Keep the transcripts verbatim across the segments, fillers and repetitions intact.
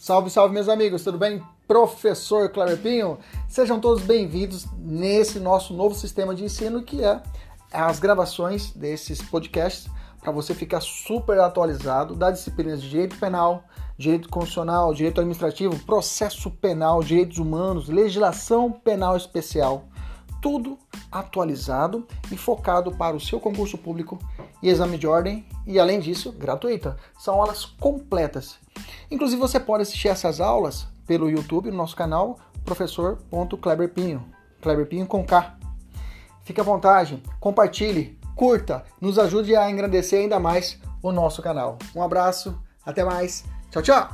Salve, salve, meus amigos, tudo bem? Professor Kleber Pinho, sejam todos bem-vindos nesse nosso novo sistema de ensino, que é as gravações desses podcasts, para você ficar super atualizado das disciplinas de direito penal, direito constitucional, direito administrativo, processo penal, direitos humanos, legislação penal especial, tudo atualizado e focado para o seu concurso público e exame de ordem, e além disso, gratuita. São aulas completas. Inclusive, você pode assistir essas aulas pelo YouTube, no nosso canal, professor ponto kleber pinho, Kleber Pinho com K. Fique à vontade, compartilhe, curta, nos ajude a engrandecer ainda mais o nosso canal. Um abraço, até mais, tchau, tchau!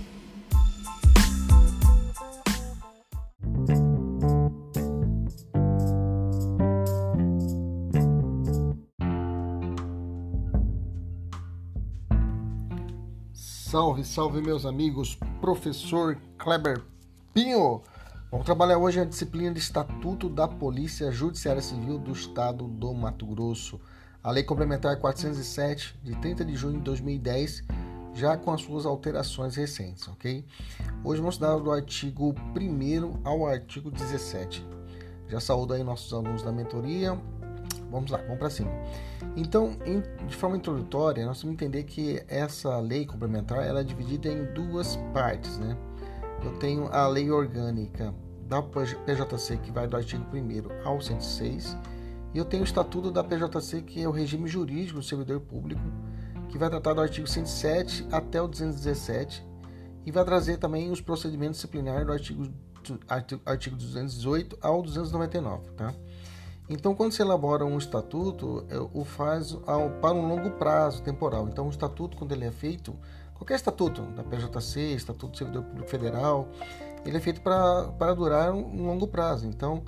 Salve, salve, meus amigos, professor Kleber Pinho. Vamos trabalhar hoje a disciplina de Estatuto da Polícia Judiciária Civil do Estado do Mato Grosso. A Lei Complementar quatrocentos e sete, de trinta de junho de dois mil e dez, já com as suas alterações recentes, ok? Hoje vamos dar do artigo primeiro ao artigo dezessete. Já saúdo aí nossos alunos da mentoria. Vamos lá, vamos para cima. Então, em, de forma introdutória, nós temos que entender que essa lei complementar ela é dividida em duas partes, né? Eu tenho a lei orgânica da P J C, que vai do artigo primeiro ao cento e seis, e eu tenho o Estatuto da P J C, que é o regime jurídico do servidor público, que vai tratar do artigo cento e sete até o duzentos e dezessete, e vai trazer também os procedimentos disciplinares do artigo, artigo duzentos e dezoito ao duzentos e noventa e nove, tá? Então, quando se elabora um estatuto, o faz ao, para um longo prazo temporal. Então, o estatuto, quando ele é feito, qualquer estatuto, da P J C, Estatuto do Servidor Público Federal, ele é feito para, para durar um, um longo prazo. Então,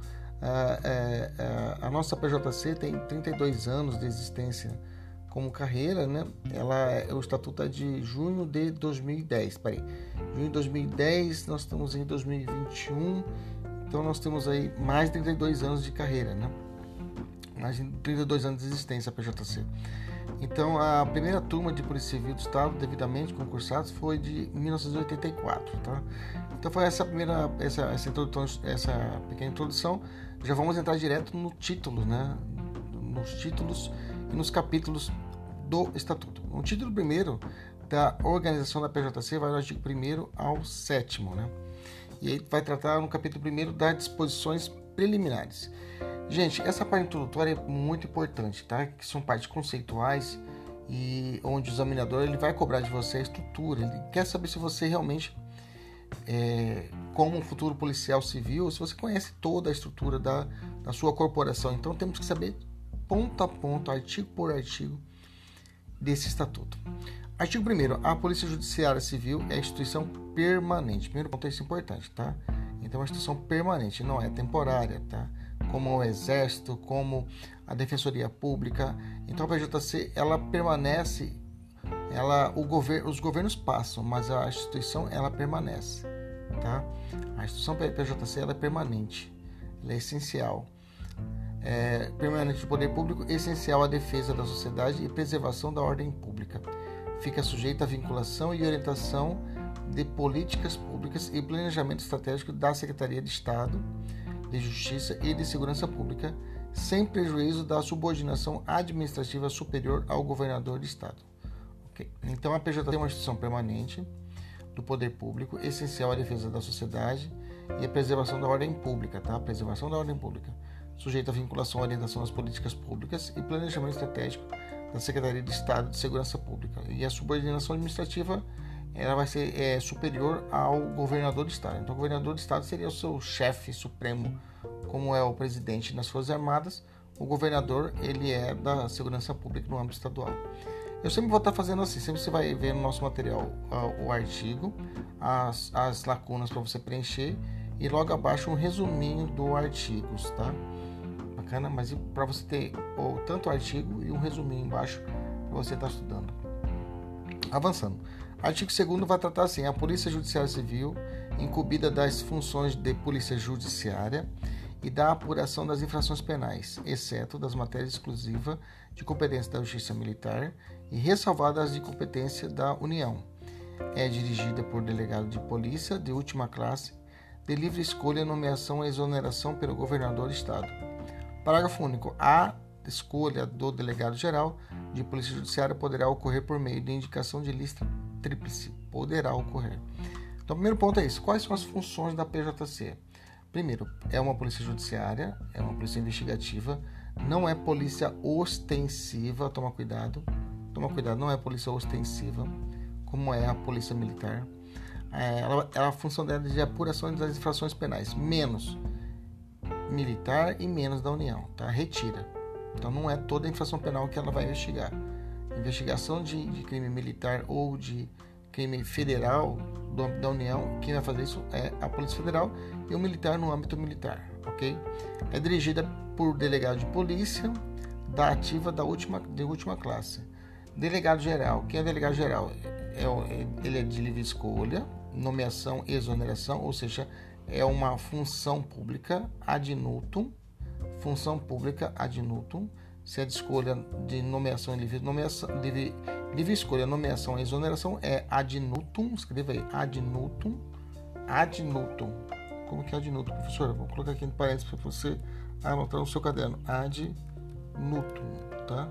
a, a, a nossa P J C tem trinta e dois anos de existência como carreira, né? Ela, o estatuto é de junho de dois mil e dez. Peraí, junho de dois mil e dez, nós estamos em dois mil e vinte e um, então nós temos aí mais de trinta e dois anos de carreira, né? Mais de trinta e dois anos de existência a P J C. Então, a primeira turma de Polícia Civil do Estado, devidamente concursados, foi de mil novecentos e oitenta e quatro, tá? Então, foi essa primeira, essa, essa, introdução, essa pequena introdução. Já vamos entrar direto no título, né? Nos títulos e nos capítulos do Estatuto. O título primeiro da organização da P J C vai do artigo primeiro ao sétimo, né? E aí vai tratar no capítulo primeiro das disposições preliminares. Gente, essa parte introdutória é muito importante, tá? Que são partes conceituais e onde o examinador ele vai cobrar de você a estrutura. Ele quer saber se você realmente, é, como um futuro policial civil, se você conhece toda a estrutura da, da sua corporação. Então, temos que saber ponto a ponto, artigo por artigo desse estatuto. Artigo primeiro. A Polícia Judiciária Civil é a instituição permanente. Primeiro ponto, isso é importante, tá? Então, é uma instituição permanente, não é temporária, tá? Como o Exército, como a Defensoria Pública. Então, a P J C, ela permanece, ela, o gover, os governos passam, mas a instituição, ela permanece, tá? A instituição P J C, ela é permanente, ela é essencial. É, permanente do poder público, essencial à defesa da sociedade e preservação da ordem pública. Fica sujeita à vinculação e orientação de políticas públicas e planejamento estratégico da Secretaria de Estado de Justiça e de Segurança Pública, sem prejuízo da subordinação administrativa superior ao governador de Estado. Okay. Então, a P J C é uma instituição permanente do poder público, essencial à defesa da sociedade e à preservação da ordem pública, tá? Preservação da ordem pública, sujeita à vinculação e orientação das políticas públicas e planejamento estratégico da Secretaria de Estado de Segurança Pública. E a subordinação administrativa ela vai ser é, superior ao governador do Estado. Então, o governador do Estado seria o seu chefe supremo, como é o presidente das Forças Armadas. O governador, ele é da Segurança Pública no âmbito estadual. Eu sempre vou estar fazendo assim, sempre você vai ver no nosso material uh, o artigo, as, as lacunas para você preencher e logo abaixo um resuminho do artigo, tá? Bacana? Mas para você ter ou, tanto o artigo e um resuminho embaixo para você estar estudando. Avançando. Artigo segundo vai tratar assim: a Polícia Judiciária Civil, incumbida das funções de polícia judiciária e da apuração das infrações penais, exceto das matérias exclusivas de competência da Justiça Militar e ressalvadas as de competência da União. é dirigida por delegado de polícia de última classe, de livre escolha, nomeação e exoneração pelo governador do estado. Parágrafo único. A escolha do delegado-geral de polícia judiciária poderá ocorrer por meio de indicação de lista tríplice. Poderá ocorrer. Então, o primeiro ponto é isso. Quais são as funções da P J C? Primeiro, é uma polícia judiciária, é uma polícia investigativa, não é polícia ostensiva, toma cuidado, toma cuidado, não é polícia ostensiva, como é a polícia militar. É, ela, ela, a função dela é de apuração das infrações penais, menos militar e menos da União, tá? Retira. Então não é toda a infração penal que ela vai investigar. Investigação de, de crime militar ou de crime federal do âmbito da União, quem vai fazer isso é a Polícia Federal e o militar no âmbito militar, ok? É dirigida por delegado de polícia da ativa da última, de última classe. Delegado geral, quem é delegado geral? É, ele é de livre escolha, nomeação e exoneração, ou seja, é uma função pública ad nutum, função pública ad nutum, se é de escolha de nomeação e livre, nomeação, livre, livre escolha, nomeação e exoneração é ad nutum, escreva aí, ad nutum, ad nutum. Como que é ad nutum, professor? Vou colocar aqui no parênteses para você anotar no seu caderno, ad nutum, tá?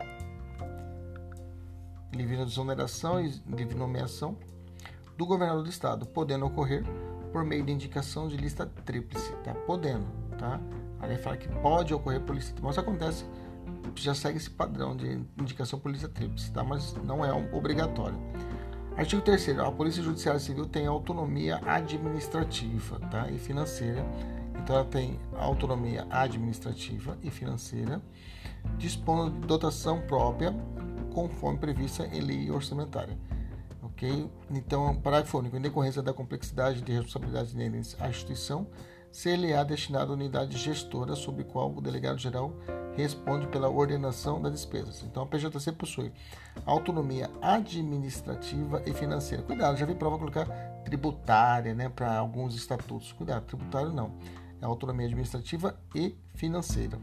Livre exoneração e livre nomeação do governador do estado, podendo ocorrer por meio de indicação de lista tríplice, tá? Podendo, tá? Aí fala que pode ocorrer por lista tríplice, mas acontece, já segue esse padrão de indicação por lista tríplice, tá? Mas não é um obrigatório. Artigo terceiro. A Polícia Judiciária Civil tem autonomia administrativa, tá? E financeira. Então ela tem autonomia administrativa e financeira, dispõe de dotação própria conforme prevista em lei orçamentária. Ok? Então, parágrafo único. Em decorrência da complexidade de responsabilidades inerentes à instituição, ser-lhe-á destinada a unidade gestora sobre a qual o delegado-geral responde pela ordenação das despesas. Então, a P J C possui autonomia administrativa e financeira. Cuidado, já vi prova colocar tributária, né, para alguns estatutos. Cuidado, tributário não. É autonomia administrativa e financeira.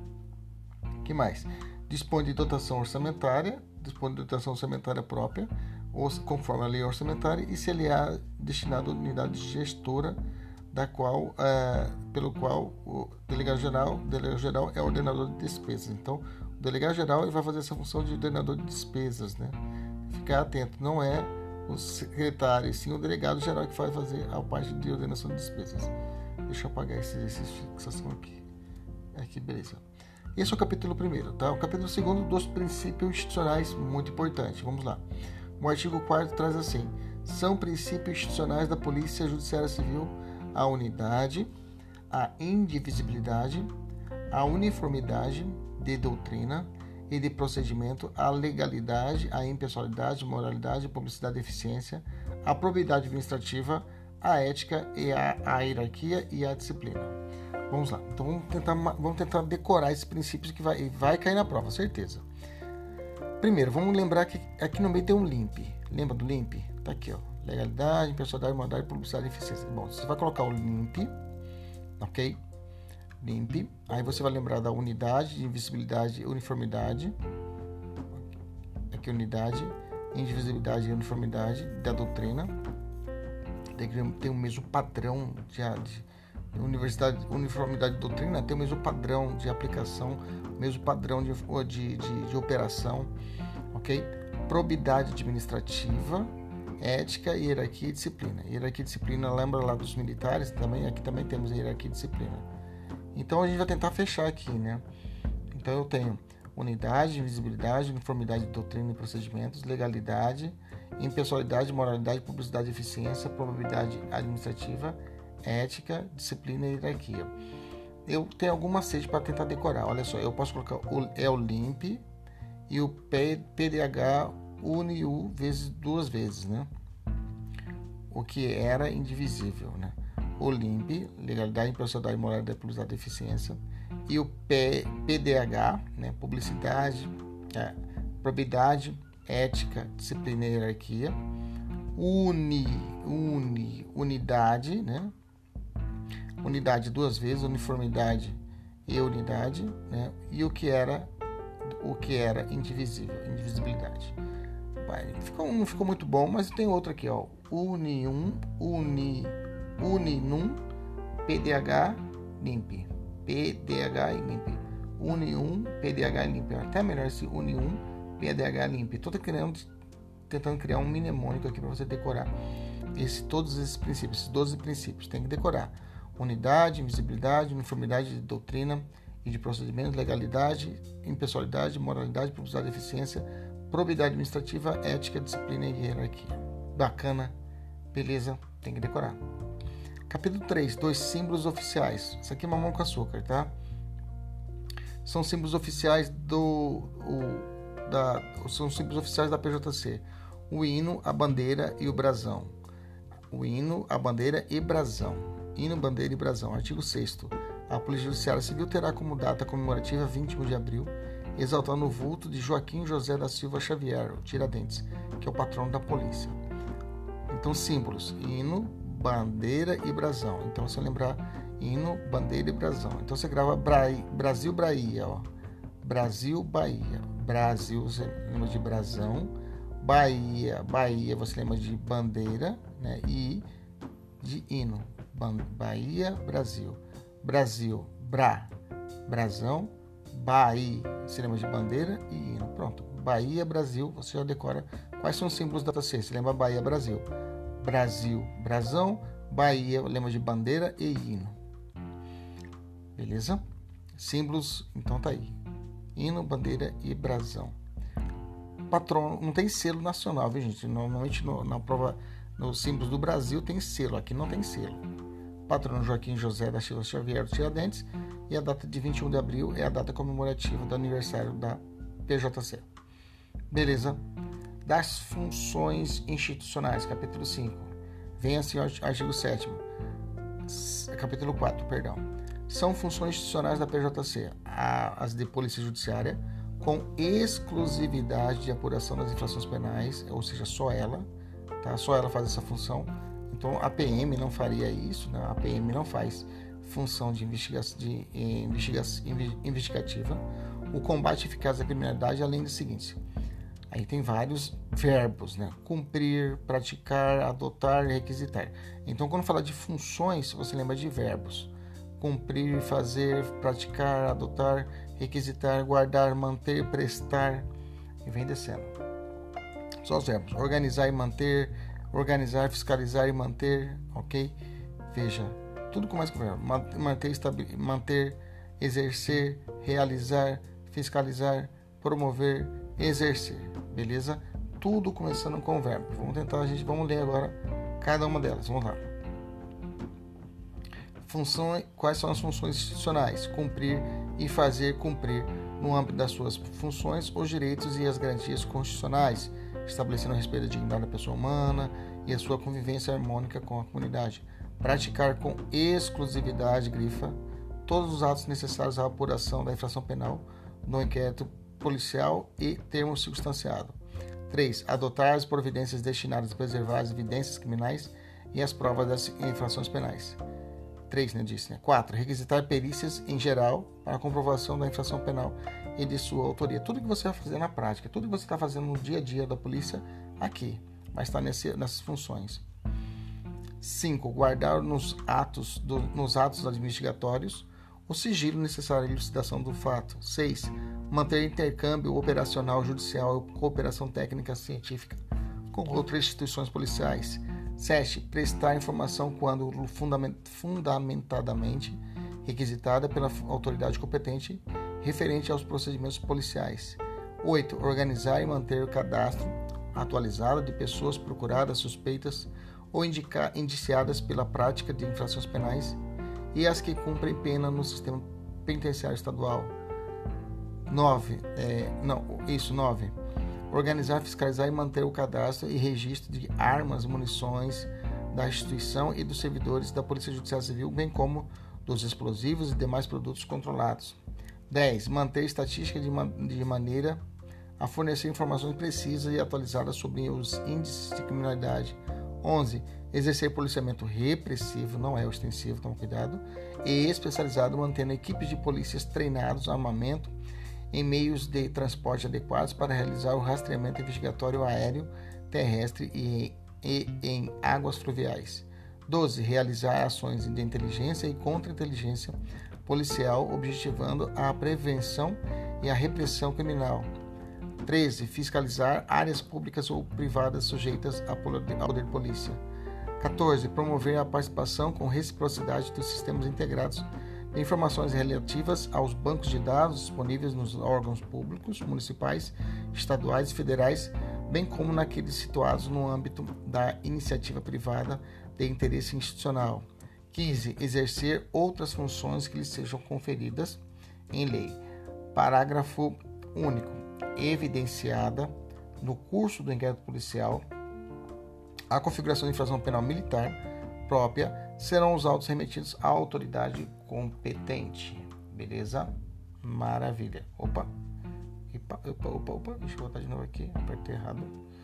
O que mais? Dispõe de dotação orçamentária, dispõe de dotação orçamentária própria, ou conforme a lei orçamentária, e ser-lhe-á destinada a unidade gestora da qual, é, pelo qual o delegado-geral, delegado-geral é ordenador de despesas. Então, o delegado-geral ele vai fazer essa função de ordenador de despesas, né? Ficar atento, não é o secretário, sim o delegado-geral que vai fazer a parte de ordenação de despesas. Deixa eu apagar esse exercício de fixação aqui. Aqui, beleza. Esse é o capítulo primeiro, tá? O capítulo segundo dos princípios institucionais, muito importante. Vamos lá. O artigo quarto traz assim: são princípios institucionais da Polícia Judiciária Civil a unidade, a indivisibilidade, a uniformidade de doutrina e de procedimento, a legalidade, a impessoalidade, moralidade, publicidade e eficiência, a probidade administrativa, a ética e a, a hierarquia e a disciplina. Vamos lá. Então vamos tentar, vamos tentar decorar esses princípios que vai, vai cair na prova, certeza. Primeiro, vamos lembrar que aqui no meio tem um L I M P. Lembra do L I M P? Tá aqui, ó. Legalidade, impessoalidade, moralidade, publicidade e eficiência. Bom, você vai colocar o L I M P, ok? L I M P. Aí você vai lembrar da unidade, de invisibilidade e uniformidade. Aqui, unidade, indivisibilidade e uniformidade da doutrina. Tem o mesmo padrão de, de universidade, uniformidade de doutrina, tem o mesmo padrão de aplicação, mesmo padrão de, de, de, de operação, ok? Probidade administrativa, ética, hierarquia e disciplina. Hierarquia e disciplina, lembra lá dos militares, também, aqui também temos hierarquia e disciplina. Então a gente vai tentar fechar aqui, né? Então eu tenho unidade, invisibilidade, uniformidade de doutrina e procedimentos, legalidade, impessoalidade, moralidade, publicidade e eficiência, probabilidade administrativa, ética, disciplina e hierarquia. Eu tenho algum macete para tentar decorar. Olha só, eu posso colocar o, é o L I M P e o P D H une U vezes duas vezes, né? O que era indivisível, né? O L I M P, legalidade, impessoalidade, moralidade, publicidade e eficiência, e o P, PDH, né? Publicidade, é, probidade, ética, disciplina e hierarquia, uni, uni, unidade, né? Unidade duas vezes, uniformidade e unidade, né? E o que era o que era indivisível, indivisibilidade. rapaz. Ficou, não ficou muito bom, mas tem outro aqui, ó. Unium, Uni, Uninum, P D H, Limpe. P D H e Limpe. Unium, P D H e Limpe. Até melhor esse Unium, P D H e Limpe. Estou criando, tentando criar um mnemônico aqui para você decorar. Esse, todos esses princípios, esses doze princípios, tem que decorar. Unidade, invisibilidade, uniformidade de doutrina e de procedimentos, legalidade, impessoalidade, moralidade, publicidade, eficiência, probidade administrativa, ética, disciplina e hierarquia. Bacana, beleza, tem que decorar. Capítulo três, dois símbolos oficiais. Isso aqui é mamão com açúcar, tá? São símbolos oficiais do... O, da, são símbolos oficiais da P J C. O hino, a bandeira e o brasão. O hino, a bandeira e brasão. Hino, bandeira e brasão. Artigo sexto. A Polícia Judiciária Civil terá como data comemorativa vinte e um de abril, exaltando o vulto de Joaquim José da Silva Xavier, o Tiradentes, que é o patrono da polícia. Então, símbolos: hino, bandeira e brasão. Então, você lembrar hino, bandeira e brasão. Então, você grava Bra- Brasil, Bahia, ó. Brasil, Bahia. Brasil, você lembra de brasão. Bahia, Bahia, você lembra de bandeira, né? E de hino. Bahia, Brasil. Brasil, Bra, brasão. Bahia, você lembra de bandeira e hino. Pronto. Bahia, Brasil, você já decora quais são os símbolos da J C. Você lembra Bahia, Brasil. Brasil, brasão. Bahia, lembra de bandeira e hino. Beleza? Símbolos, então tá aí. Hino, bandeira e brasão. Patrono, não tem selo nacional, viu, gente? Normalmente no, na prova, nos símbolos do Brasil tem selo, aqui não tem selo. Patrono Joaquim José da Silva Xavier do Tiradentes, e a data de vinte e um de abril é a data comemorativa do aniversário da P J C. Beleza? Das funções institucionais, capítulo cinco. Vem assim o artigo sétimo. Capítulo quatro, perdão. São funções institucionais da P J C, as de Polícia Judiciária, com exclusividade de apuração das infrações penais, ou seja, só ela, tá? Só ela faz essa função. Então, a P M não faria isso, né? A P M não faz função de, investiga de investiga investigativa. O combate eficaz à criminalidade, além do seguinte, aí tem vários verbos, né? Cumprir, praticar, adotar e requisitar. Então, quando fala de funções, você lembra de verbos. Cumprir, fazer, praticar, adotar, requisitar, guardar, manter, prestar, e vem descendo. Só os verbos. Organizar e manter, organizar, fiscalizar e manter, ok? Veja, tudo começa com verbo. Manter, manter, exercer, realizar, fiscalizar, promover, exercer, beleza? Tudo começando com verbo. Vamos tentar, a gente, vamos ler agora cada uma delas. Vamos lá. Função, quais são as funções institucionais? Cumprir e fazer cumprir, no âmbito das suas funções, os direitos e as garantias constitucionais, estabelecendo o respeito à dignidade da pessoa humana e a sua convivência harmônica com a comunidade. Praticar com exclusividade, grifa, todos os atos necessários à apuração da infração penal no inquérito policial e termo circunstanciado. três. Adotar as providências destinadas a preservar as evidências criminais e as provas das infrações penais. três, né, disse, né? quatro. Requisitar perícias em geral para a comprovação da infração penal e de sua autoria. Tudo que você vai fazer na prática, tudo que você está fazendo no dia a dia da polícia, aqui, vai estar nesse, nessas funções. cinco. Guardar nos atos, do, nos atos investigatórios o sigilo necessário à elucidação do fato. seis. Manter intercâmbio operacional judicial e cooperação técnica científica com outras instituições policiais. sete. Prestar informação quando fundamentadamente requisitada pela autoridade competente referente aos procedimentos policiais. oito. Organizar e manter o cadastro atualizado de pessoas procuradas, suspeitas ou indica, indiciadas pela prática de infrações penais e as que cumprem pena no sistema penitenciário estadual. nove. É, não, isso, nove. Organizar, fiscalizar e manter o cadastro e registro de armas, munições da instituição e dos servidores da Polícia Judiciária Civil, bem como dos explosivos e demais produtos controlados. dez. Manter estatística de, man- de maneira a fornecer informações precisas e atualizadas sobre os índices de criminalidade. onze. Exercer policiamento repressivo, não é ostensivo, toma cuidado, e especializado, mantendo equipes de polícias treinados, armamento em meios de transporte adequados para realizar o rastreamento investigatório aéreo, terrestre e, e em águas fluviais. doze. Realizar ações de inteligência e contra-inteligência policial, objetivando a prevenção e a repressão criminal. treze. Fiscalizar áreas públicas ou privadas sujeitas ao poder de polícia. quatorze. Promover a participação com reciprocidade dos sistemas integrados de informações relativas aos bancos de dados disponíveis nos órgãos públicos, municipais, estaduais e federais, bem como naqueles situados no âmbito da iniciativa privada de interesse institucional. quinze. Exercer outras funções que lhes sejam conferidas em lei. Parágrafo único. Evidenciada no curso do inquérito policial a configuração de infração penal militar própria, serão os autos remetidos à autoridade competente. Beleza? Maravilha. Opa. Opa, opa, opa, opa. Deixa eu botar de novo aqui. Apertei errado.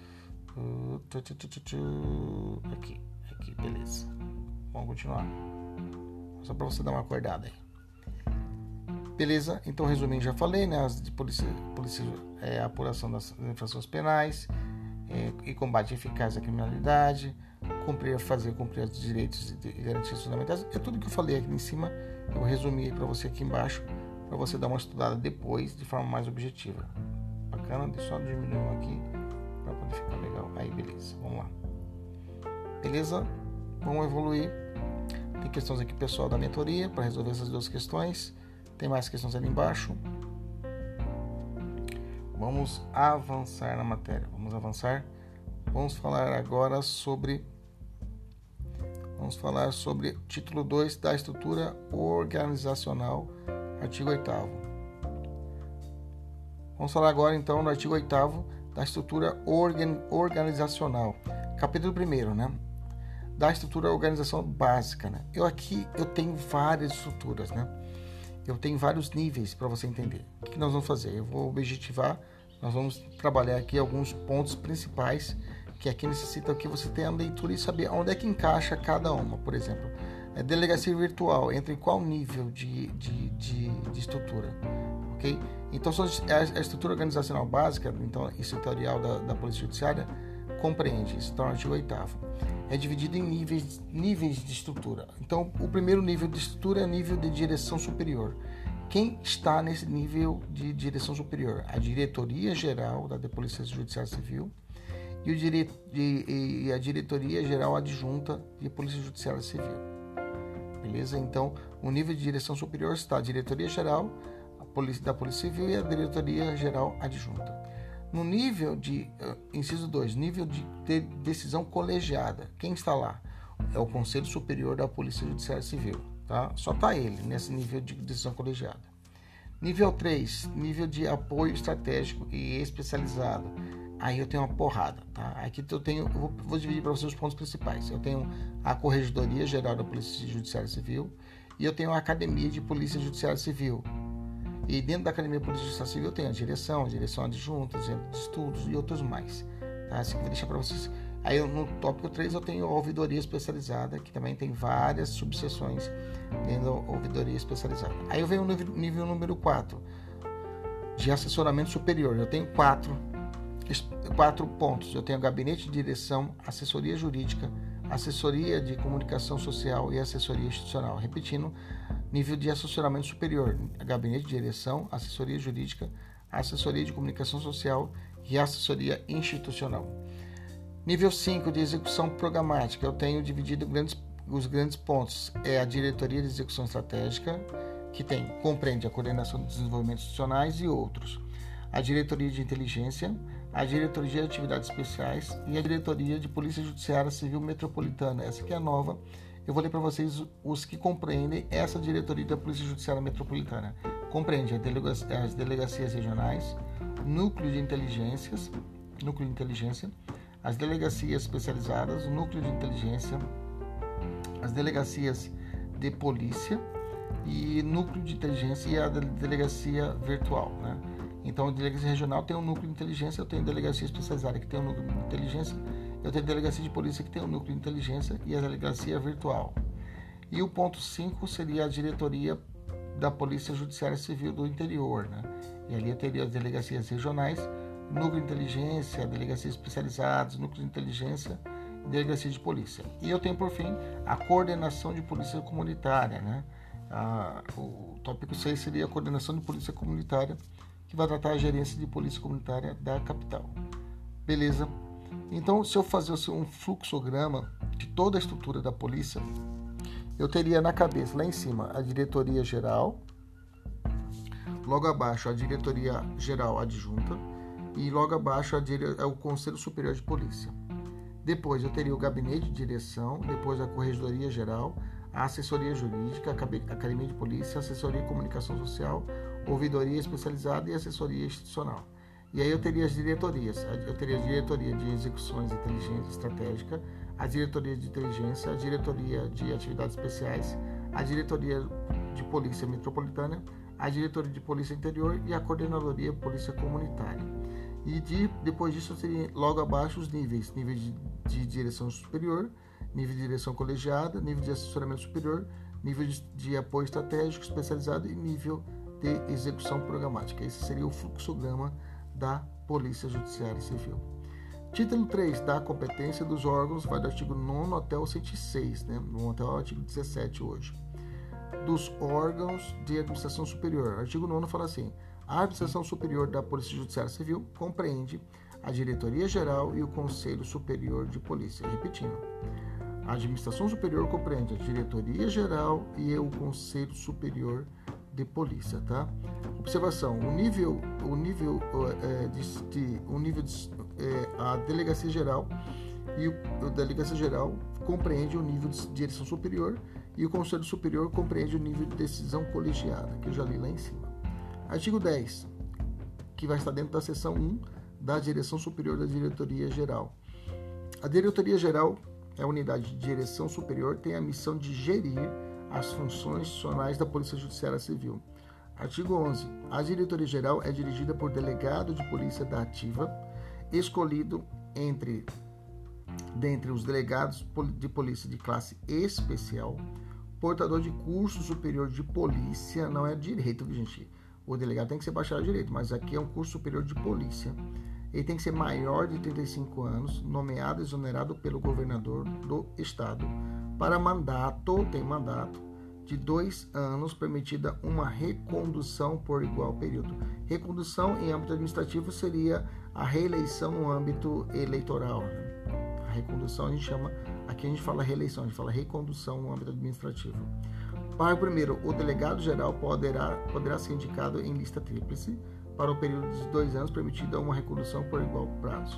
Aqui, aqui, beleza. Vamos continuar. Só para você dar uma acordada aí. Beleza? Então, resumindo, já falei, né? As de polícia, polícia é a apuração das infrações penais é, e combate eficaz à criminalidade, cumprir, fazer cumprir os direitos e garantias fundamentais. É tudo que eu falei aqui em cima. Eu vou resumir para você aqui embaixo, para você dar uma estudada depois de forma mais objetiva. Bacana? Deixa eu só diminuir um aqui para poder ficar legal. Aí, beleza. Vamos lá. Beleza? Vamos evoluir. Tem questões aqui pessoal da mentoria para resolver essas duas questões. Tem mais questões ali embaixo. Vamos avançar na matéria. Vamos avançar. Vamos falar agora sobre Vamos falar sobre título dois da estrutura organizacional, artigo oitavo. Vamos falar agora então do artigo oitavo da estrutura organ, organizacional. Capítulo primeiro, né? Da estrutura organizacional básica, né? Eu aqui eu tenho várias estruturas, né? Eu tenho vários níveis para você entender. O que nós vamos fazer? Eu vou objetivar, nós vamos trabalhar aqui alguns pontos principais que aqui necessita que você tenha a leitura e saber onde é que encaixa cada uma. Por exemplo, a delegacia virtual entra em qual nível de, de, de, de estrutura? Ok? Então, a estrutura organizacional básica, então, e setorial da, da Polícia Judiciária, compreende isso. Então, o artigo oitavo é dividido em níveis, níveis de estrutura. Então, o primeiro nível de estrutura é o nível de direção superior. Quem está nesse nível de direção superior? A Diretoria Geral da Polícia Judiciária Civil e, o dire... e a Diretoria Geral Adjunta de Polícia Judiciária Civil. Beleza? Então, o nível de direção superior está a Diretoria Geral a Polícia... da Polícia Civil e a Diretoria Geral Adjunta. No nível de, uh, inciso dois, nível de, de decisão colegiada, quem está lá? É o Conselho Superior da Polícia Judiciária Civil, tá? Só está ele nesse nível de decisão colegiada. Nível três, nível de apoio estratégico e especializado. Aí eu tenho uma porrada, tá? Aqui eu tenho, eu vou, vou dividir para vocês os pontos principais. Eu tenho a Corregedoria Geral da Polícia Judiciária Civil e eu tenho a Academia de Polícia Judiciária Civil. E dentro da Academia de Polícia Judiciária Civil eu tenho a direção, a direção adjunta, centro de estudos e outros mais. Tá? Assim que eu vou deixar para vocês. Aí no tópico três eu tenho a ouvidoria especializada, que também tem várias subseções dentro da ouvidoria especializada. Aí eu venho no nível, nível número quatro, de assessoramento superior. Eu tenho quatro, quatro pontos. Eu tenho gabinete de direção, assessoria jurídica, assessoria de comunicação social e assessoria institucional. Repetindo, nível de assessoramento superior, gabinete de direção, assessoria jurídica, assessoria de comunicação social e assessoria institucional. Nível cinco de execução programática, eu tenho dividido grandes, os grandes pontos. É a diretoria de execução estratégica, que tem, compreende a coordenação dos desenvolvimentos institucionais e outros. A diretoria de inteligência, a diretoria de atividades especiais e a diretoria de Polícia Judiciária Civil Metropolitana. Essa aqui é a nova. Eu vou ler para vocês os que compreendem essa diretoria da Polícia Judiciária Metropolitana. Compreende as delegacias regionais, núcleo de inteligências, núcleo de inteligência, as delegacias especializadas, o núcleo de inteligência, as delegacias de polícia e núcleo de inteligência e a delegacia virtual, né? Então, a delegacia regional tem um núcleo de inteligência, eu tenho delegacia especializada que tem um núcleo de inteligência, eu tenho delegacia de polícia que tem um núcleo de inteligência e a delegacia virtual. E o ponto cinco seria a diretoria da Polícia Judiciária Civil do Interior, né? E ali eu teria as delegacias regionais, núcleo de inteligência, delegacias especializadas, núcleo de inteligência e delegacia de polícia. E eu tenho, por fim, a coordenação de polícia comunitária, né? Ah, o tópico seis seria a coordenação de polícia comunitária, que vai tratar a gerência de polícia comunitária da capital. Beleza? Então, se eu fazer um fluxograma de toda a estrutura da polícia, eu teria na cabeça, lá em cima, a diretoria geral, logo abaixo a diretoria geral adjunta e logo abaixo a dire... é o Conselho Superior de Polícia. Depois eu teria o gabinete de direção, depois a corregedoria geral, a assessoria jurídica, a academia de polícia, a assessoria de comunicação social, ouvidoria especializada e assessoria institucional. E aí eu teria as diretorias, eu teria a diretoria de execuções inteligentes estratégica, a diretoria de inteligência, a diretoria de atividades especiais, a diretoria de polícia metropolitana, a diretoria de polícia interior e a coordenadoria de polícia comunitária. E de, depois disso eu teria logo abaixo os níveis, nível de, de direção superior, nível de direção colegiada, nível de assessoramento superior, nível de, de apoio estratégico especializado e nível de execução programática. Esse seria o fluxograma da Polícia Judiciária Civil. Título três, da competência dos órgãos, vai do artigo nono até o cento e seis, né? Até o artigo dezessete hoje. Dos órgãos de administração superior. O artigo nono fala assim: a administração superior da Polícia Judiciária Civil compreende a Diretoria Geral e o Conselho Superior de Polícia. Repetindo, a administração superior compreende a Diretoria Geral e o Conselho Superior de Polícia, tá? Observação: o nível, o nível, é, de, de, o nível de, é, a Delegacia Geral e o, a Delegacia Geral compreende o nível de direção superior e o Conselho Superior compreende o nível de decisão colegiada, que eu já li lá em cima. Artigo dez, que vai estar dentro da seção um da Direção Superior da Diretoria Geral. A Diretoria Geral é a unidade de direção superior, tem a missão de gerir as funções institucionais da Polícia Judiciária Civil. Artigo onze. A Diretoria Geral é dirigida por delegado de polícia da ativa, escolhido entre dentre os delegados de polícia de classe especial, portador de curso superior de polícia, não é direito, gente. O delegado tem que ser bacharel de direito, mas aqui é um curso superior de polícia. Ele tem que ser maior de trinta e cinco anos, nomeado e exonerado pelo governador do estado, para mandato, tem mandato, de dois anos, permitida uma recondução por igual período. Recondução em âmbito administrativo seria a reeleição no âmbito eleitoral, né? A recondução a gente chama, aqui a gente fala reeleição, a gente fala recondução no âmbito administrativo. Parágrafo primeiro, o delegado geral poderá, poderá ser indicado em lista tríplice para o período de dois anos, permitida uma recondução por igual prazo.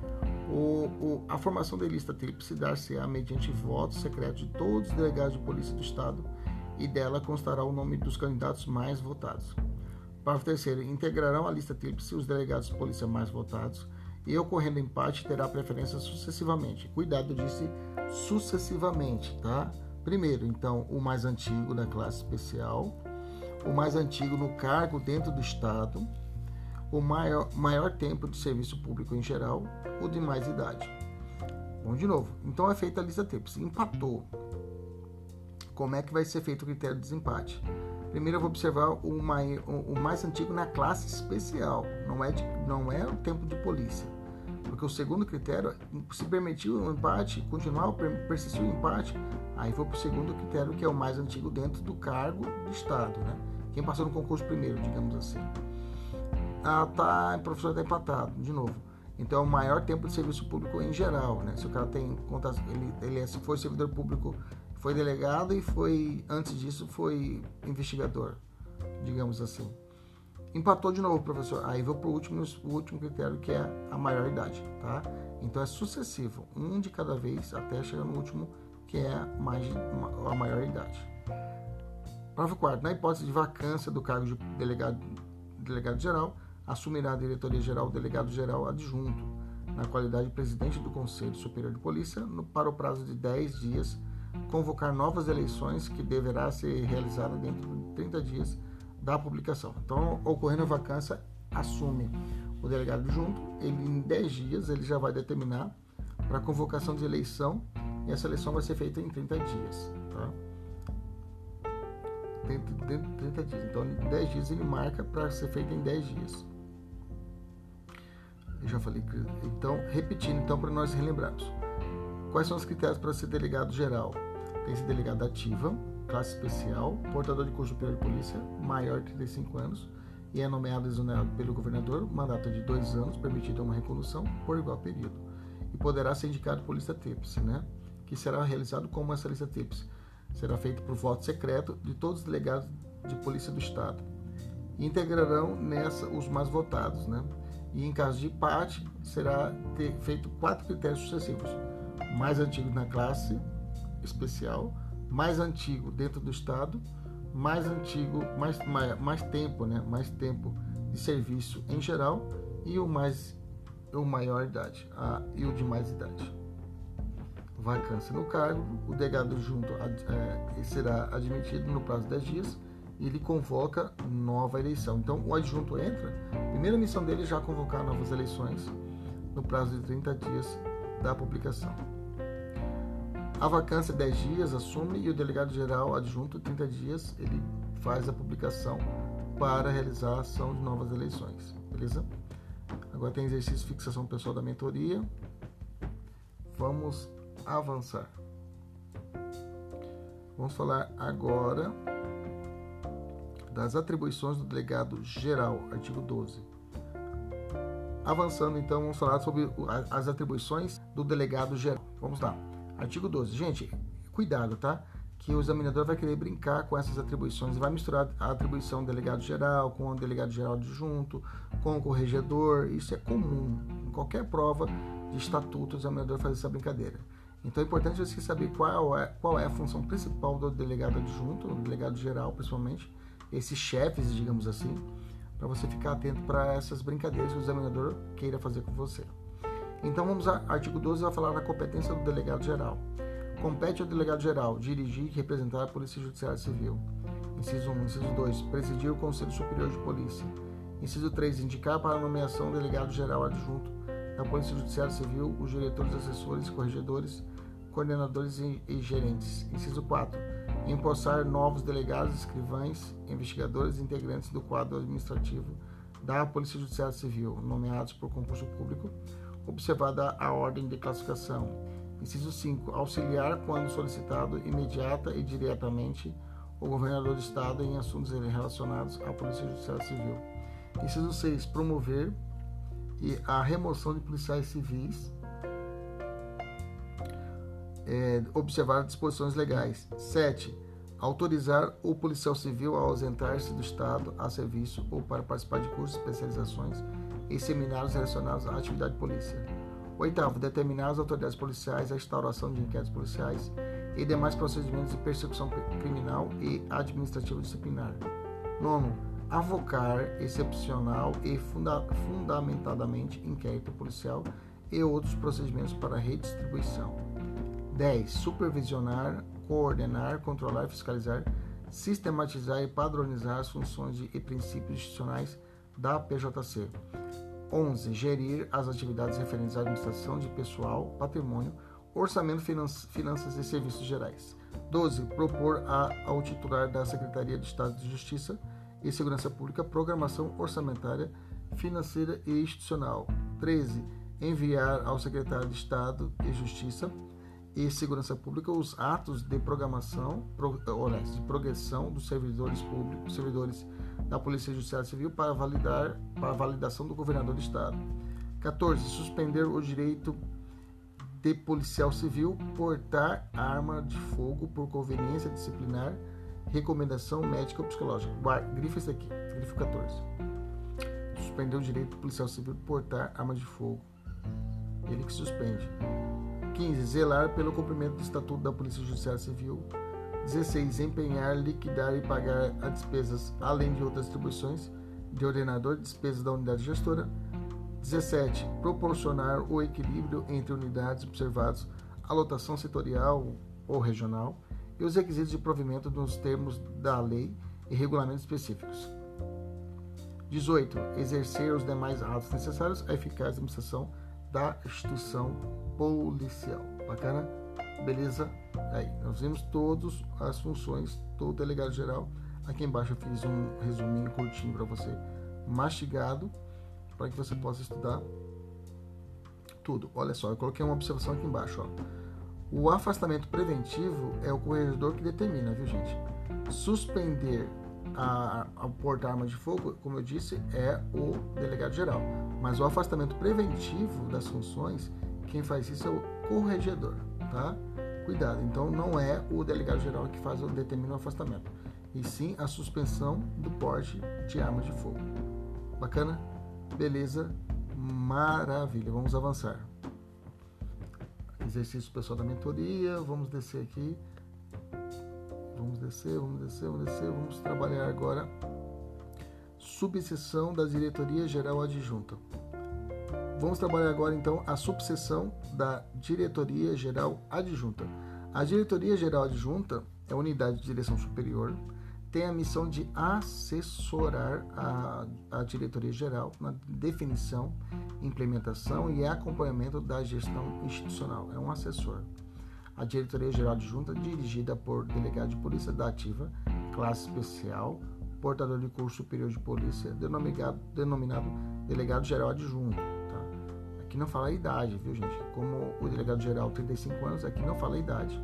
O, o, a formação da lista tríplice dar-se-á mediante voto secreto de todos os delegados de polícia do Estado e dela constará o nome dos candidatos mais votados. Parágrafo terceiro, integrarão a lista tríplice os delegados de polícia mais votados e, ocorrendo empate, terá preferência sucessivamente. Cuidado, disse sucessivamente, tá? Primeiro, então, o mais antigo da classe especial, o mais antigo no cargo dentro do Estado, o maior, maior tempo de serviço público em geral, o de mais idade. Bom, de novo, então é feita a lista tríplice. Empatou. Como é que vai ser feito o critério de desempate? Primeiro eu vou observar o mais, o mais antigo na classe especial, não é, de, não é o tempo de polícia. Porque o segundo critério, se permitir o empate, continuar, persistir o empate, aí vou para o segundo critério, que é o mais antigo dentro do cargo do Estado, né? Quem passou no concurso primeiro, digamos assim. Ah, tá, o professor está empatado, de novo. Então, é o maior tempo de serviço público em geral, né? Se o cara tem contas, ele, ele se foi servidor público, foi delegado e foi, antes disso, foi investigador, digamos assim. Empatou de novo, professor. Aí vou para o último, o último critério, que é a maior idade, tá? Então, é sucessivo, um de cada vez, até chegar no último, que é mais, a maior idade. Parágrafo quarto. Na hipótese de vacância do cargo de delegado, delegado geral, assumirá a diretoria geral o delegado geral adjunto, na qualidade de presidente do Conselho Superior de Polícia, no, para o prazo de dez dias, convocar novas eleições que deverá ser realizada dentro de trinta dias da publicação. Então, ocorrendo a vacância, assume o delegado adjunto, ele em dez dias ele já vai determinar para a convocação de eleição, e essa eleição vai ser feita em trinta dias. Tá? dentro, dentro de trinta dias. Então, em dez dias ele marca para ser feito em dez dias. Eu já falei que... Então, repetindo, então, para nós relembrarmos. Quais são os critérios para ser delegado geral? Tem que ser delegado ativa, classe especial, portador de curso superior de polícia, maior de trinta e cinco anos, e é nomeado e exonerado pelo governador, mandato de dois anos, permitida uma recondução por igual período. E poderá ser indicado por lista tríplice, né? Que será realizado como essa lista tríplice. Será feito por voto secreto de todos os delegados de polícia do Estado. E integrarão nessa os mais votados, né? E em caso de empate, será ter feito quatro critérios sucessivos. Mais antigo na classe especial, mais antigo dentro do Estado, mais antigo, mais, mais, mais tempo, né? Mais tempo de serviço em geral e o mais o maior idade a, e o de mais idade. Vacância no cargo, o delegado junto é, será admitido no prazo de dez dias e ele convoca nova eleição. Então o adjunto entra, a primeira missão dele é já convocar novas eleições no prazo de trinta dias da publicação. A vacância dez dias assume e o delegado geral adjunto trinta dias ele faz a publicação para realizar a ação de novas eleições, beleza? Agora tem exercício de fixação pessoal da mentoria. Vamos avançar. Vamos falar agora das atribuições do delegado geral, artigo doze. Avançando então, vamos falar sobre as atribuições do delegado geral. Vamos lá. Artigo doze. Gente, cuidado, tá? Que o examinador vai querer brincar com essas atribuições e vai misturar a atribuição do delegado geral com o delegado geral adjunto, com o corregedor. Isso é comum. Em qualquer prova de estatuto, o examinador faz essa brincadeira. Então é importante você saber qual é, qual é a função principal do delegado adjunto, do delegado geral, principalmente, esses chefes, digamos assim, para você ficar atento para essas brincadeiras que o examinador queira fazer com você. Então vamos ao artigo doze, vai falar da competência do delegado geral. Compete ao delegado geral dirigir e representar a Polícia Judiciária Civil. Inciso um. Inciso dois. Presidir o Conselho Superior de Polícia. Inciso três. Indicar para a nomeação do delegado geral adjunto da Polícia Judiciária Civil os diretores, assessores, corregedores, coordenadores e, e gerentes. Inciso quatro. Empossar novos delegados, escrivães, investigadores e integrantes do quadro administrativo da Polícia Judiciária Civil, nomeados por concurso público, observada a ordem de classificação. Inciso cinco. Auxiliar, quando solicitado, imediata e diretamente o governador do Estado em assuntos relacionados à Polícia Judiciária Civil. Inciso seis. Promover a remoção de policiais civis, é, observar disposições legais. sete. Autorizar o policial civil a ausentar-se do Estado a serviço ou para participar de cursos, especializações e seminários relacionados à atividade de polícia. Oitavo, determinar as autoridades policiais a instauração de inquéritos policiais e demais procedimentos de persecução criminal e administrativo disciplinar. Nono, avocar excepcional e funda fundamentadamente inquérito policial e outros procedimentos para redistribuição. dez. Supervisionar, coordenar, controlar, fiscalizar, sistematizar e padronizar as funções de, e princípios institucionais da P J C. onze. Gerir as atividades referentes à administração de pessoal, patrimônio, orçamento, finanças e serviços gerais. doze. Propor a, ao titular da Secretaria de Estado de Justiça e Segurança Pública programação orçamentária, financeira e institucional. treze. Enviar ao secretário de Estado de Justiça e Segurança Pública os atos de programação, pro, de progressão dos servidores públicos, servidores da Polícia Judiciária Civil para validar para a validação do governador do Estado. quatorze. Suspender o direito de policial civil portar arma de fogo por conveniência disciplinar, recomendação médica ou psicológica. Grifa isso aqui, grifo quatorze. Suspender o direito do policial civil portar arma de fogo. Ele que suspende. quinze. Zelar pelo cumprimento do Estatuto da Polícia Judiciária Civil. dezesseis. Empenhar, liquidar e pagar as despesas, além de outras atribuições de ordenador de despesas da unidade gestora. dezessete. Proporcionar o equilíbrio entre unidades, observados a lotação setorial ou regional e os requisitos de provimento nos termos da lei e regulamentos específicos. dezoito. Exercer os demais atos necessários à eficaz administração da instituição policial. Bacana? Beleza? Aí, nós vimos todas as funções do delegado geral Aqui embaixo eu fiz um resuminho curtinho para você, mastigado, para que você possa estudar tudo. Olha só, eu coloquei uma observação aqui embaixo, ó. O afastamento preventivo é o corregedor que determina, viu, gente? Suspender a, a portar arma de fogo, como eu disse, é o delegado geral. Mas o afastamento preventivo das funções, quem faz isso é o corregedor, tá? Cuidado, então não é o delegado geral que faz o determina o afastamento, e sim a suspensão do porte de arma de fogo. Bacana? Beleza? Maravilha, vamos avançar. Exercício pessoal da mentoria, vamos descer aqui. Vamos descer, vamos descer, vamos descer, vamos trabalhar agora subseção da Diretoria Geral Adjunta. Vamos trabalhar agora então a subseção da Diretoria Geral Adjunta. A Diretoria Geral Adjunta é a unidade de direção superior, tem a missão de assessorar a, a Diretoria Geral na definição, implementação e acompanhamento da gestão institucional. É um assessor. A Diretoria Geral Adjunta, dirigida por delegado de polícia da ativa, classe especial, portador de curso superior de polícia, denominado, denominado delegado geral adjunto. Tá? Aqui não fala a idade, viu, gente? Como o delegado geral trinta e cinco anos, aqui não fala a idade.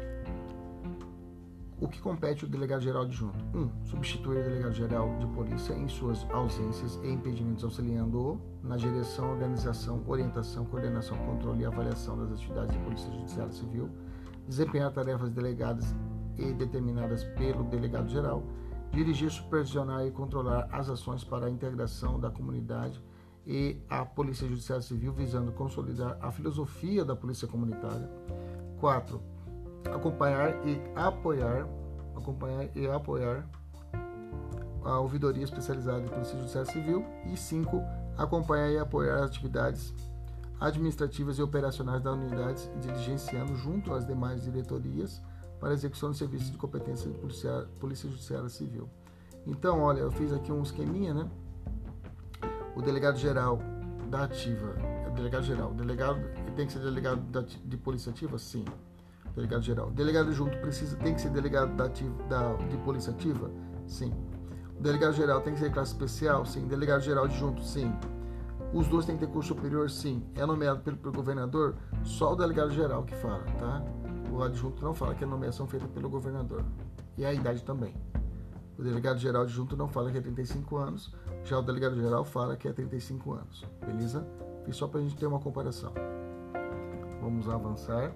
O que compete o delegado geral adjunto? um. Substituir o delegado geral de polícia em suas ausências e impedimentos, auxiliando-o na direção, organização, orientação, coordenação, controle e avaliação das atividades de polícia judiciária civil, desempenhar tarefas delegadas e determinadas pelo delegado geral, dirigir, supervisionar e controlar as ações para a integração da comunidade e a polícia judiciária civil, visando consolidar a filosofia da polícia comunitária. quatro. Acompanhar e apoiar, acompanhar e apoiar a ouvidoria especializada de polícia judiciária civil. E cinco. Acompanhar e apoiar as atividades administrativas e operacionais da unidade, diligenciando junto às demais diretorias para a execução de serviços de competência de polícia, polícia judiciária civil. Então, olha, eu fiz aqui um esqueminha, né? O delegado geral da ativa, é o delegado geral, o delegado tem que ser delegado da, de polícia ativa? Sim. Delegado geral. Delegado junto precisa, tem que ser delegado da, da, de polícia ativa? Sim. O delegado geral tem que ser classe especial? Sim. Delegado geral adjunto? Sim. Os dois têm que ter curso superior? Sim. É nomeado pelo, pelo governador? Só o delegado geral que fala, tá? O adjunto não fala que é nomeação feita pelo governador. E a idade também. O delegado geral adjunto não fala que é trinta e cinco anos, já o delegado geral fala que é trinta e cinco anos. Beleza? Fiz só pra gente ter uma comparação. Vamos avançar.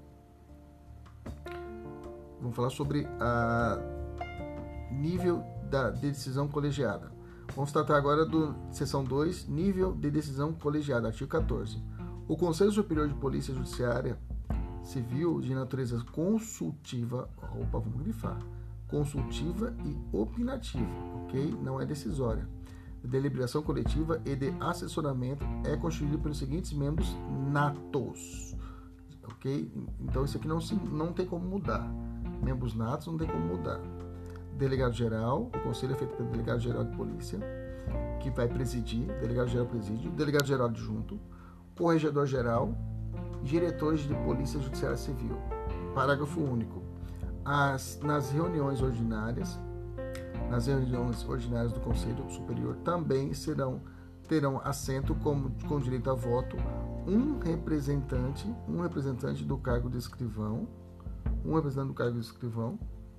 Vamos falar sobre a nível da de decisão colegiada. Vamos tratar agora do seção dois, nível de decisão colegiada, artigo quatorze. O Conselho Superior de Polícia Judiciária Civil de natureza consultiva, opa, vamos grifar, consultiva e opinativa, ok? Não é decisória. De deliberação coletiva e de assessoramento é constituído pelos seguintes membros natos, ok? Então isso aqui não, se, não tem como mudar. Membros natos não tem como mudar. Delegado geral, o conselho é feito pelo delegado geral de polícia, que vai presidir, delegado geral presídio, delegado geral adjunto, corregedor geral, diretores de polícia judiciária civil. Parágrafo único. As, nas reuniões ordinárias, nas reuniões ordinárias do Conselho Superior também serão, terão assento como, com direito a voto um representante, um representante do cargo de escrivão, um representante do cargo de escrivão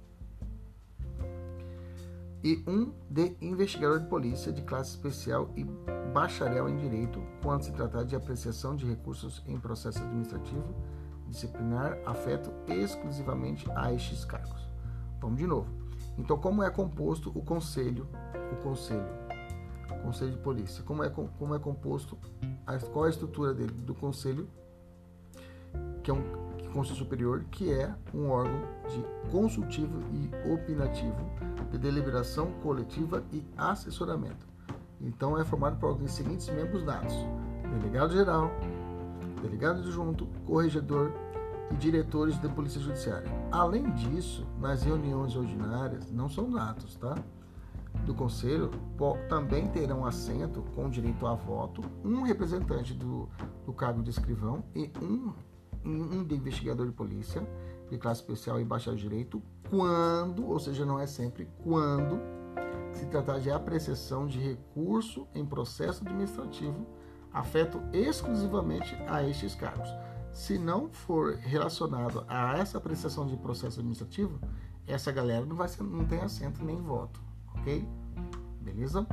e um de investigador de polícia de classe especial e bacharel em direito, quando se tratar de apreciação de recursos em processo administrativo, disciplinar, afeto exclusivamente a estes cargos. Vamos de novo. Então, como é composto o conselho, o conselho, o conselho de polícia? Como é, como é composto, a, qual é a estrutura dele? Do conselho, que é um Conselho Superior, que é um órgão de consultivo e opinativo, de deliberação coletiva e assessoramento. Então, é formado por os seguintes membros natos: delegado geral, delegado adjunto, corregedor e diretores de polícia judiciária. Além disso, nas reuniões ordinárias, não são natos, tá? Do Conselho, também terão assento com direito a voto um representante do, do cargo de escrivão e um um de investigador de polícia de classe especial e bacharel de direito, quando, ou seja, não é sempre, quando se tratar de apreciação de recurso em processo administrativo afeto exclusivamente a estes cargos. Se não for relacionado a essa apreciação de processo administrativo, essa galera não, vai ser, não tem assento nem voto, ok? Beleza?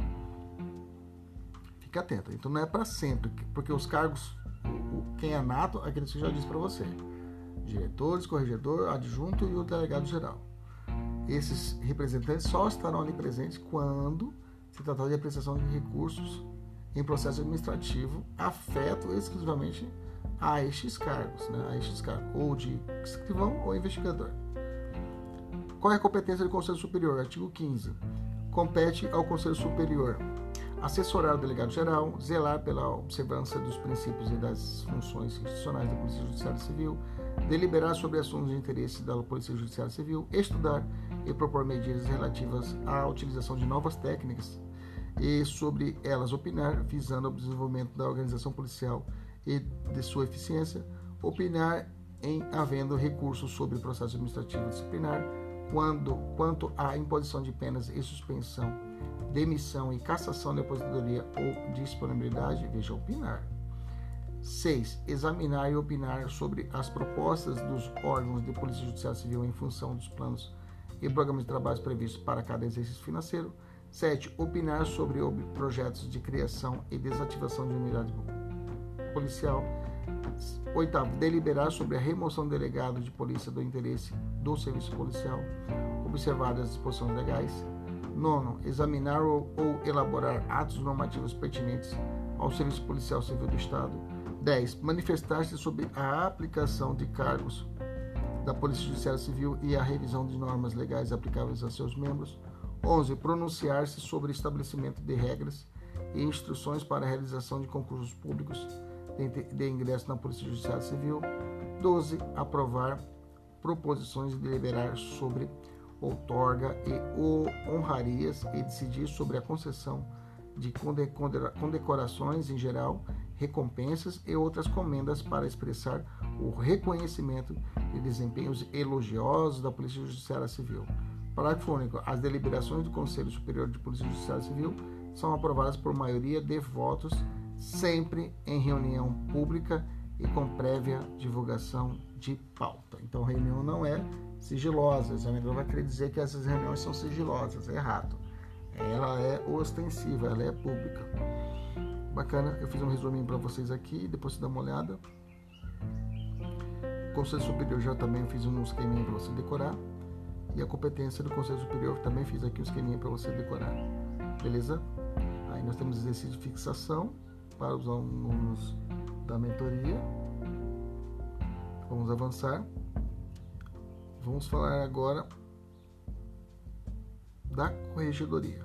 Fica atento. Então não é para sempre, porque os cargos, o, quem é nato, é aqueles que eu já disse para você: diretores, corregedor, adjunto e o delegado geral. Esses representantes só estarão ali presentes quando se tratar de apreciação de recursos em processo administrativo afeto exclusivamente a estes cargos, né? a estes cargos, ou de escrivão ou investigador. Qual é a competência do Conselho Superior? Artigo quinze. Compete ao Conselho Superior assessorar o delegado-geral, zelar pela observância dos princípios e das funções institucionais da Polícia Judiciária Civil, deliberar sobre assuntos de interesse da Polícia Judiciária Civil, estudar e propor medidas relativas à utilização de novas técnicas e sobre elas opinar, visando o desenvolvimento da organização policial e de sua eficiência, opinar em havendo recursos sobre processo administrativo disciplinar, quando, quanto à imposição de penas e suspensão, demissão e cassação de aposentadoria ou disponibilidade, veja, opinar. seis. Examinar e opinar sobre as propostas dos órgãos de Polícia Judiciária Civil em função dos planos e programas de trabalho previstos para cada exercício financeiro. sete. Opinar sobre projetos de criação e desativação de unidade policial. oitavo. Deliberar sobre a remoção do delegado de polícia do interesse do serviço policial, observadas as disposições legais. nono. Examinar ou, ou elaborar atos normativos pertinentes ao serviço policial civil do Estado. dez. Manifestar-se sobre a aplicação de cargos da Polícia Judiciária Civil e a revisão de normas legais aplicáveis a seus membros. onze. Pronunciar-se sobre estabelecimento de regras e instruções para a realização de concursos públicos de, de ingresso na Polícia Judiciária Civil. doze. Aprovar proposições e deliberar sobre outorga e honrarias e decidir sobre a concessão de condecorações em geral, recompensas e outras comendas para expressar o reconhecimento de desempenhos elogiosos da Polícia Judiciária Civil. Parágrafo único. As deliberações do Conselho Superior de Polícia Judiciária Civil são aprovadas por maioria de votos, sempre em reunião pública e com prévia divulgação de pauta. Então, a reunião não é sigilosa. O examinador vai querer dizer que essas reuniões são sigilosas. É errado. Ela é ostensiva, ela é pública. Bacana, eu fiz um resuminho para vocês aqui, depois você dá uma olhada. O Conselho Superior já também fiz um esqueminha para você decorar. E a competência do Conselho Superior também fiz aqui um esqueminha para você decorar. Beleza? Aí nós temos exercício de fixação para os alunos da mentoria. Vamos avançar. Vamos falar agora da corregedoria.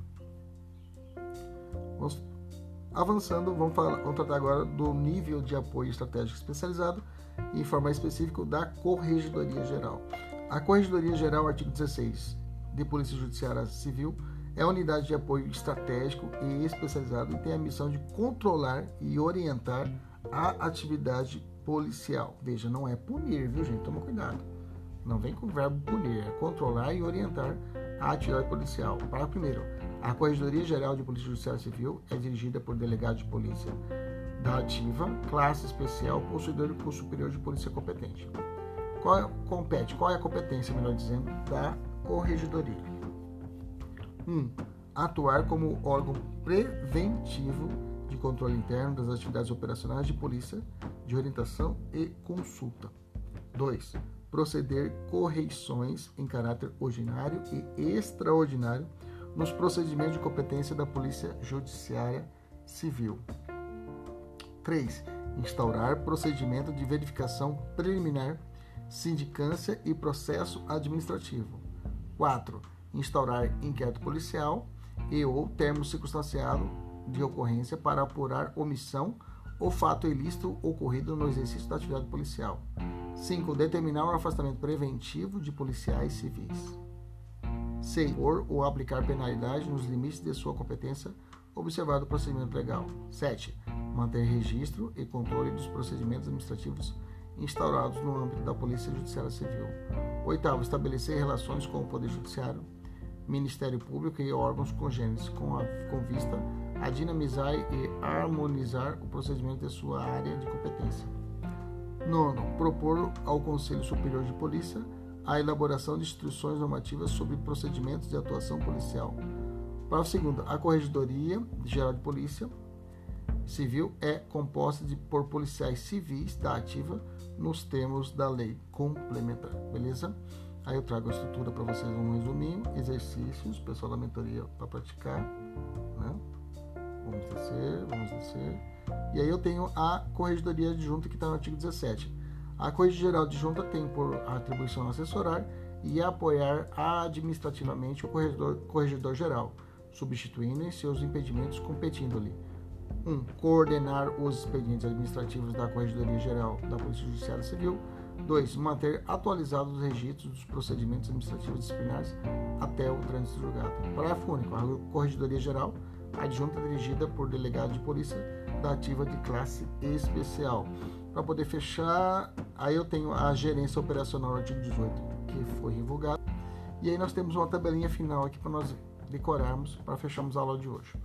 Vamos avançando, vamos, falar, vamos tratar agora do nível de apoio estratégico especializado e em forma específica da Corregedoria Geral. A Corregedoria Geral, artigo dezesseis, de Polícia Judiciária Civil, é a unidade de apoio estratégico e especializado e tem a missão de controlar e orientar a atividade policial. Veja, não é punir, viu, gente? Toma cuidado. Não vem com o verbo punir, é controlar e orientar a atividade policial. Para primeiro, a Corregedoria Geral de Polícia Judiciária Civil é dirigida por delegado de polícia da ativa, classe especial, possuidor do curso superior de polícia competente. Qual é, compete, qual é a competência, melhor dizendo, da Corregedoria? um. Atuar como órgão preventivo de controle interno das atividades operacionais de polícia, de orientação e consulta. dois. Proceder correições em caráter ordinário e extraordinário nos procedimentos de competência da Polícia Judiciária Civil. três. Instaurar procedimento de verificação preliminar, sindicância e processo administrativo. quatro. Instaurar inquérito policial e ou termo circunstanciado de ocorrência para apurar omissão ou fato ilícito ocorrido no exercício da atividade policial. cinco. Determinar o afastamento preventivo de policiais civis. seis. Impor ou aplicar penalidade nos limites de sua competência, observado o procedimento legal. sete. Manter registro e controle dos procedimentos administrativos instaurados no âmbito da Polícia Judiciária Civil. Oitavo, estabelecer relações com o Poder Judiciário, Ministério Público e órgãos congêneres com, a, com vista a dinamizar e harmonizar o procedimento de sua área de competência. Nono, propor ao Conselho Superior de Polícia a elaboração de instruções normativas sobre procedimentos de atuação policial. Parágrafo segundo, a Corregedoria Geral de Polícia Civil é composta de, por policiais civis da ativa nos termos da lei complementar, beleza? Aí eu trago a estrutura para vocês, um resuminho, exercícios, pessoal da mentoria para praticar, né? Vamos descer, vamos descer. E aí eu tenho a Corregedoria Adjunta que está no artigo dezessete. A Corregedoria Geral Adjunta tem por atribuição assessorar e apoiar administrativamente o Corregedor, Corregedor Geral, substituindo em seus impedimentos competindo-lhe um. Coordenar os expedientes administrativos da Corregedoria Geral da Polícia Judiciária Civil. dois. Manter atualizados os registros dos procedimentos administrativos disciplinares até o trânsito julgado. Parágrafo único. A Corregedoria Geral Adjunta dirigida por delegado de polícia da ativa de classe especial. Para poder fechar, aí eu tenho a gerência operacional do artigo dezoito, que foi revogado. E aí nós temos uma tabelinha final aqui para nós decorarmos, para fecharmos a aula de hoje.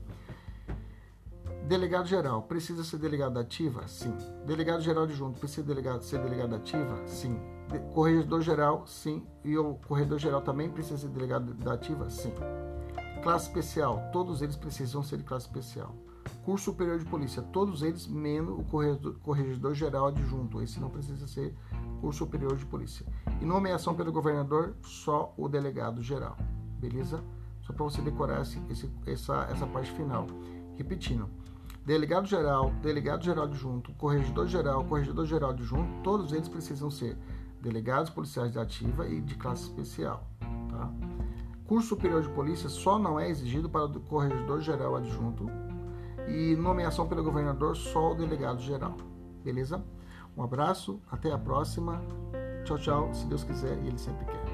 Delegado geral, precisa ser delegado ativa? Sim. Delegado geral adjunto, precisa delegado, ser delegado ativa? Sim. De, corregedor geral? Sim. E o corregedor geral também precisa ser delegado da ativa? Sim. Classe especial, todos eles precisam ser de classe especial. Curso superior de polícia, todos eles menos o corregedor, corregedor geral adjunto, esse não precisa ser curso superior de polícia. E nomeação pelo governador, só o delegado geral, beleza? Só para você decorar esse, esse, essa, essa parte final. Repetindo. Delegado geral, delegado geral adjunto, corregedor geral, corregedor geral adjunto, todos eles precisam ser delegados policiais de ativa e de classe especial, tá? Curso superior de polícia só não é exigido para o corregedor geral adjunto e nomeação pelo governador só o delegado geral, beleza? Um abraço, até a próxima, tchau, tchau, se Deus quiser e Ele sempre quer.